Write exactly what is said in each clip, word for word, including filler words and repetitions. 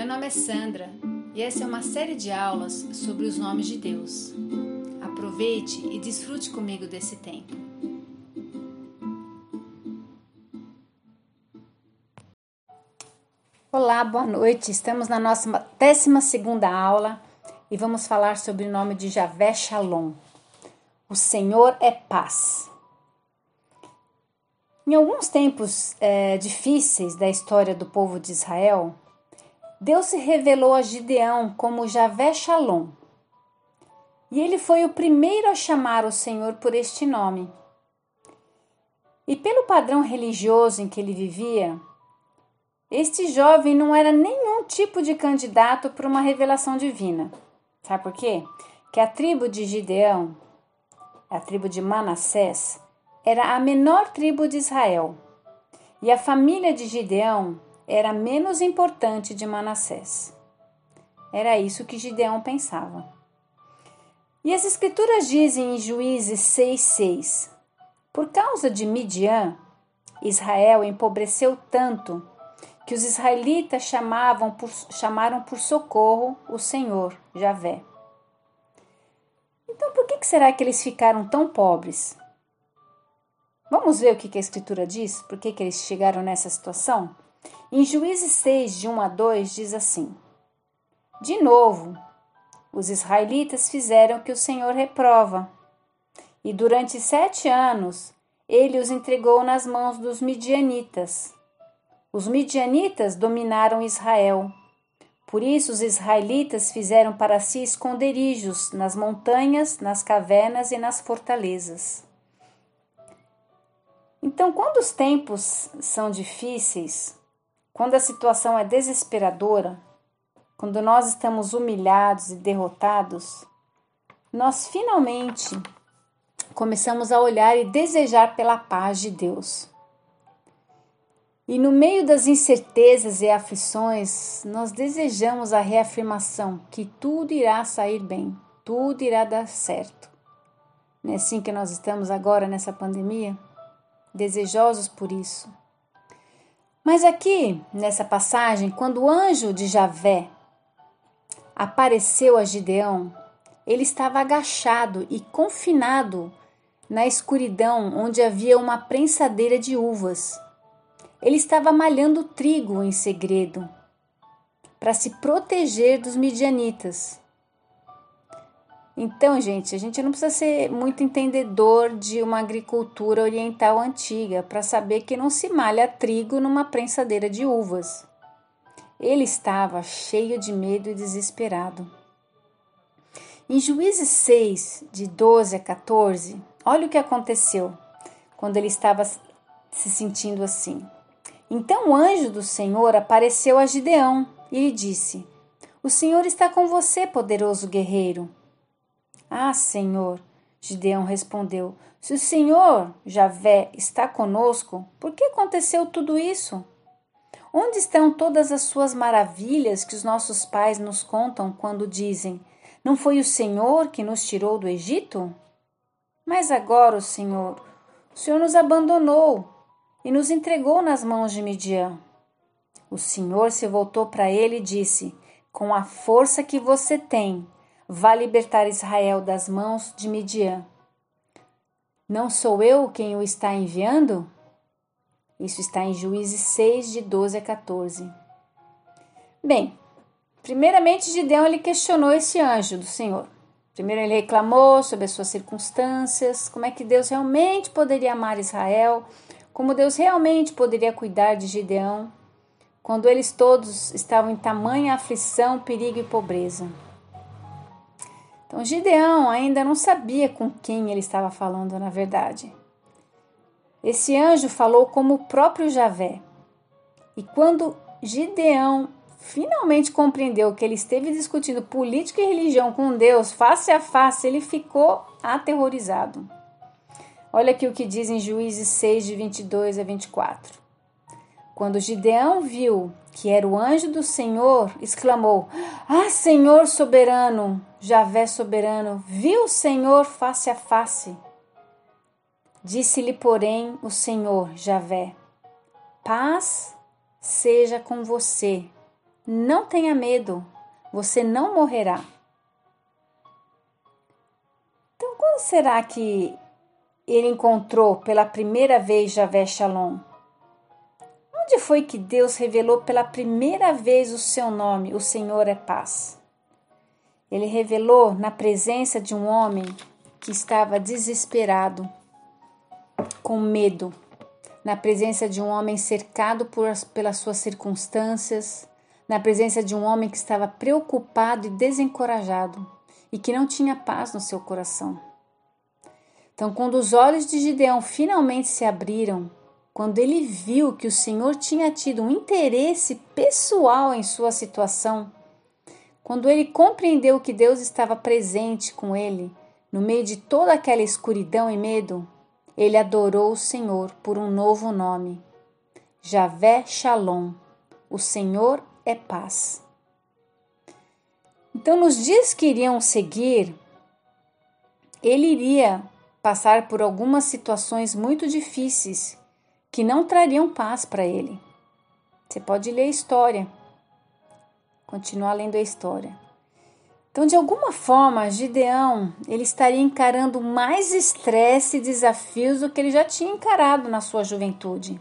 Meu nome é Sandra e essa é uma série de aulas sobre os nomes de Deus. Aproveite e desfrute comigo desse tempo. Olá, boa noite. Estamos na nossa décima segunda aula e vamos falar sobre o nome de Javé Shalom. O Senhor é paz. Em alguns tempos é, difíceis da história do povo de Israel, Deus se revelou a Gideão como Javé Shalom. E ele foi o primeiro a chamar o Senhor por este nome. E pelo padrão religioso em que ele vivia, este jovem não era nenhum tipo de candidato para uma revelação divina. Sabe por quê? Que a tribo de Gideão, a tribo de Manassés, era a menor tribo de Israel. E a família de Gideão era menos importante de Manassés. Era isso que Gideão pensava. E as escrituras dizem em Juízes seis, seis: por causa de Midian, Israel empobreceu tanto que os israelitas chamavam por, chamaram por socorro o Senhor, Javé. Então, por que será que eles ficaram tão pobres? Vamos ver o que a Escritura diz? Por que eles chegaram nessa situação? Em Juízes seis, de um a dois, diz assim: de novo, os israelitas fizeram o que o Senhor reprova, e durante sete anos ele os entregou nas mãos dos midianitas. Os midianitas dominaram Israel. Por isso os israelitas fizeram para si esconderijos nas montanhas, nas cavernas e nas fortalezas. Então, quando os tempos são difíceis, quando a situação é desesperadora, quando nós estamos humilhados e derrotados, nós finalmente começamos a olhar e desejar pela paz de Deus. E no meio das incertezas e aflições, nós desejamos a reafirmação que tudo irá sair bem, tudo irá dar certo. Não é assim que nós estamos agora nessa pandemia? Desejosos por isso. Mas aqui, nessa passagem, quando o anjo de Javé apareceu a Gideão, ele estava agachado e confinado na escuridão onde havia uma prensadeira de uvas. Ele estava malhando trigo em segredo para se proteger dos midianitas. Então, gente, a gente não precisa ser muito entendedor de uma agricultura oriental antiga para saber que não se malha trigo numa prensadeira de uvas. Ele estava cheio de medo e desesperado. Em Juízes seis, de doze a quatorze, olha o que aconteceu quando ele estava se sentindo assim. Então o anjo do Senhor apareceu a Gideão e lhe disse: o Senhor está com você, poderoso guerreiro. Ah, Senhor, Gideão respondeu, se o Senhor, Javé, está conosco, por que aconteceu tudo isso? Onde estão todas as suas maravilhas que os nossos pais nos contam quando dizem, não foi o Senhor que nos tirou do Egito? Mas agora, o Senhor, o Senhor nos abandonou e nos entregou nas mãos de Midian. O Senhor se voltou para ele e disse, com a força que você tem, vá libertar Israel das mãos de Midian. Não sou eu quem o está enviando? Isso está em Juízes seis, de doze a quatorze. Bem, primeiramente Gideão ele questionou esse anjo do Senhor. Primeiro ele reclamou sobre as suas circunstâncias, como é que Deus realmente poderia amar Israel, como Deus realmente poderia cuidar de Gideão, quando eles todos estavam em tamanha aflição, perigo e pobreza. Então, Gideão ainda não sabia com quem ele estava falando, na verdade. Esse anjo falou como o próprio Javé. E quando Gideão finalmente compreendeu que ele esteve discutindo política e religião com Deus face a face, ele ficou aterrorizado. Olha aqui o que diz em Juízes seis, de vinte e dois a vinte e quatro. Quando Gideão viu que era o anjo do Senhor, exclamou, ah, Senhor soberano, Javé soberano, viu o Senhor face a face? Disse-lhe, porém, o Senhor, Javé, paz seja com você, Não tenha medo, você não morrerá. Então, quando será que ele encontrou pela primeira vez Javé Shalom? Onde foi que Deus revelou pela primeira vez o seu nome, o Senhor é paz? Ele revelou na presença de um homem que estava desesperado, com medo, na presença de um homem cercado por, pelas suas circunstâncias, na presença de um homem que estava preocupado e desencorajado e que não tinha paz no seu coração. Então, quando os olhos de Gideão finalmente se abriram, quando ele viu que o Senhor tinha tido um interesse pessoal em sua situação, quando ele compreendeu que Deus estava presente com ele, no meio de toda aquela escuridão e medo, ele adorou o Senhor por um novo nome, Javé Shalom, o Senhor é paz. Então, nos dias que iriam seguir, ele iria passar por algumas situações muito difíceis que não trariam paz para ele. Você pode ler a história, continuar lendo a história. Então, de alguma forma, Gideão ele estaria encarando mais estresse e desafios do que ele já tinha encarado na sua juventude.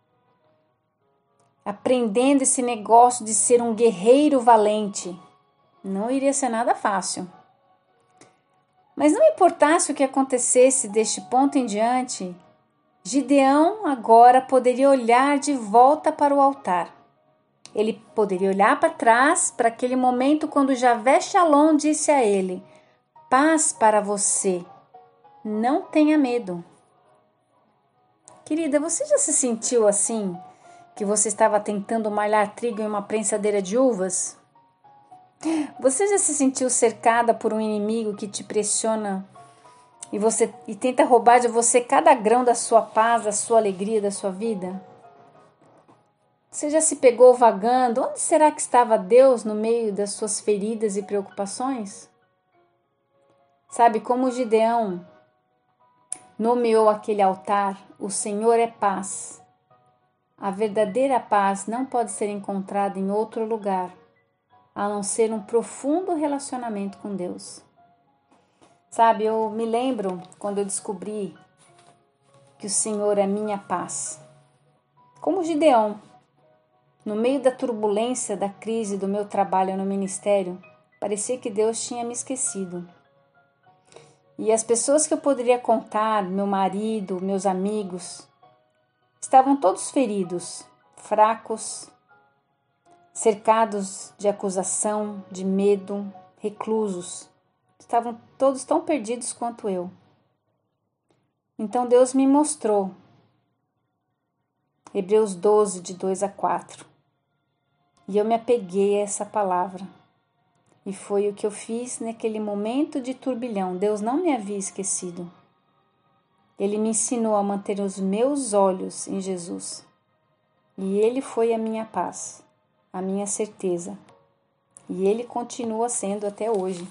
Aprendendo esse negócio de ser um guerreiro valente. Não iria ser nada fácil. Mas não importasse o que acontecesse deste ponto em diante, Gideão agora poderia olhar de volta para o altar. Ele poderia olhar para trás, para aquele momento quando Javé Shalom disse a ele: paz para você, não tenha medo. Querida, você já se sentiu assim, que você estava tentando malhar trigo em uma prensadeira de uvas? Você já se sentiu cercada por um inimigo que te pressiona e, você, e tenta roubar de você cada grão da sua paz, da sua alegria, da sua vida? Você já se pegou vagando? Onde será que estava Deus no meio das suas feridas e preocupações? Sabe, como Gideão nomeou aquele altar, o Senhor é paz. A verdadeira paz não pode ser encontrada em outro lugar, a não ser um profundo relacionamento com Deus. Sabe, eu me lembro quando eu descobri que o Senhor é minha paz. Como Gideão, no meio da turbulência da crise do meu trabalho no ministério, parecia que Deus tinha me esquecido. E as pessoas que eu poderia contar, meu marido, meus amigos, estavam todos feridos, fracos, cercados de acusação, de medo, reclusos. Estavam todos tão perdidos quanto eu. Então Deus me mostrou Hebreus doze, de dois a quatro. E eu me apeguei a essa palavra. E foi o que eu fiz naquele momento de turbilhão. Deus não me havia esquecido. Ele me ensinou a manter os meus olhos em Jesus. E Ele foi a minha paz, a minha certeza. E Ele continua sendo até hoje.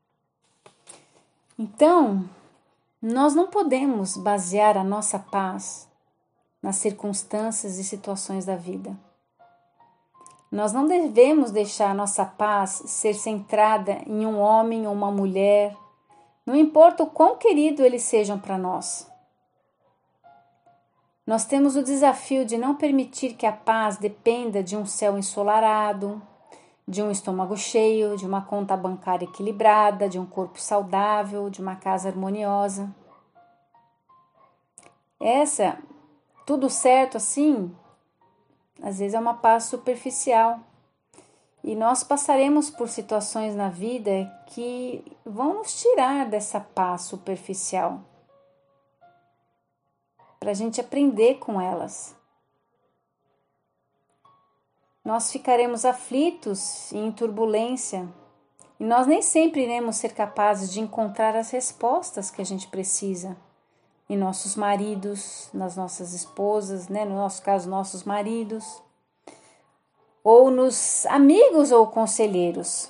Então, nós não podemos basear a nossa paz nas circunstâncias e situações da vida. Nós não devemos deixar a nossa paz ser centrada em um homem ou uma mulher, não importa o quão querido eles sejam para nós. Nós temos o desafio de não permitir que a paz dependa de um céu ensolarado, de um estômago cheio, de uma conta bancária equilibrada, de um corpo saudável, de uma casa harmoniosa. Essa, tudo certo assim, às vezes é uma paz superficial. E nós passaremos por situações na vida que vão nos tirar dessa paz superficial, para a gente aprender com elas. Nós ficaremos aflitos e em turbulência, e nós nem sempre iremos ser capazes de encontrar as respostas que a gente precisa em nossos maridos, nas nossas esposas, né? No nosso caso, nossos maridos, ou nos amigos ou conselheiros.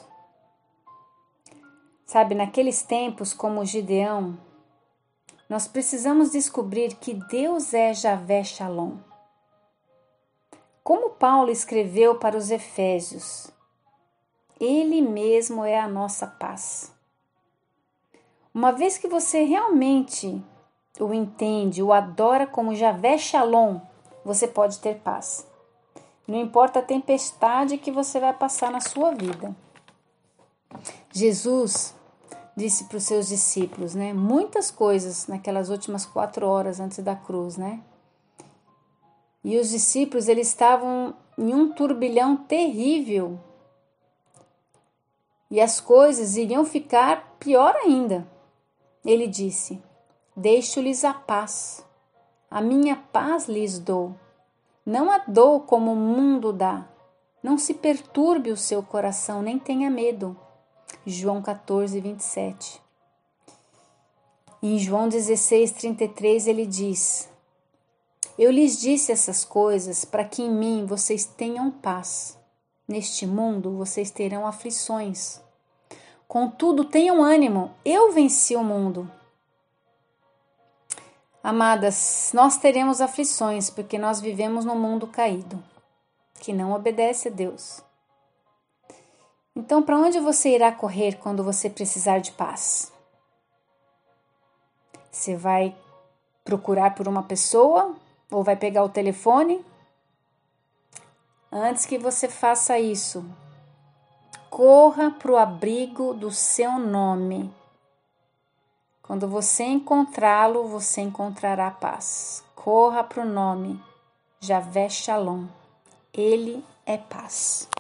Sabe, naqueles tempos como Gideão, nós precisamos descobrir que Deus é Javé Shalom. Como Paulo escreveu para os Efésios, Ele mesmo é a nossa paz. Uma vez que você realmente o entende, o adora como Javé Shalom, você pode ter paz. Não importa a tempestade que você vai passar na sua vida. Jesus disse para os seus discípulos, né, muitas coisas naquelas últimas quatro horas antes da cruz, né? E os discípulos, eles estavam em um turbilhão terrível. E as coisas iriam ficar pior ainda. Ele disse, deixo-lhes a paz. A minha paz lhes dou. Não a dou como o mundo dá. Não se perturbe o seu coração, nem tenha medo. João quatorze, vinte e sete. Em João dezesseis, trinta e três, ele diz, eu lhes disse essas coisas para que em mim vocês tenham paz. Neste mundo vocês terão aflições. Contudo, tenham ânimo, eu venci o mundo. Amadas, nós teremos aflições porque nós vivemos num mundo caído, que não obedece a Deus. Então, para onde você irá correr quando você precisar de paz? Você vai procurar por uma pessoa ou vai pegar o telefone? Antes que você faça isso, corra para o abrigo do seu nome. Quando você encontrá-lo, você encontrará paz. Corra para o nome, Javé Shalom. Ele é paz.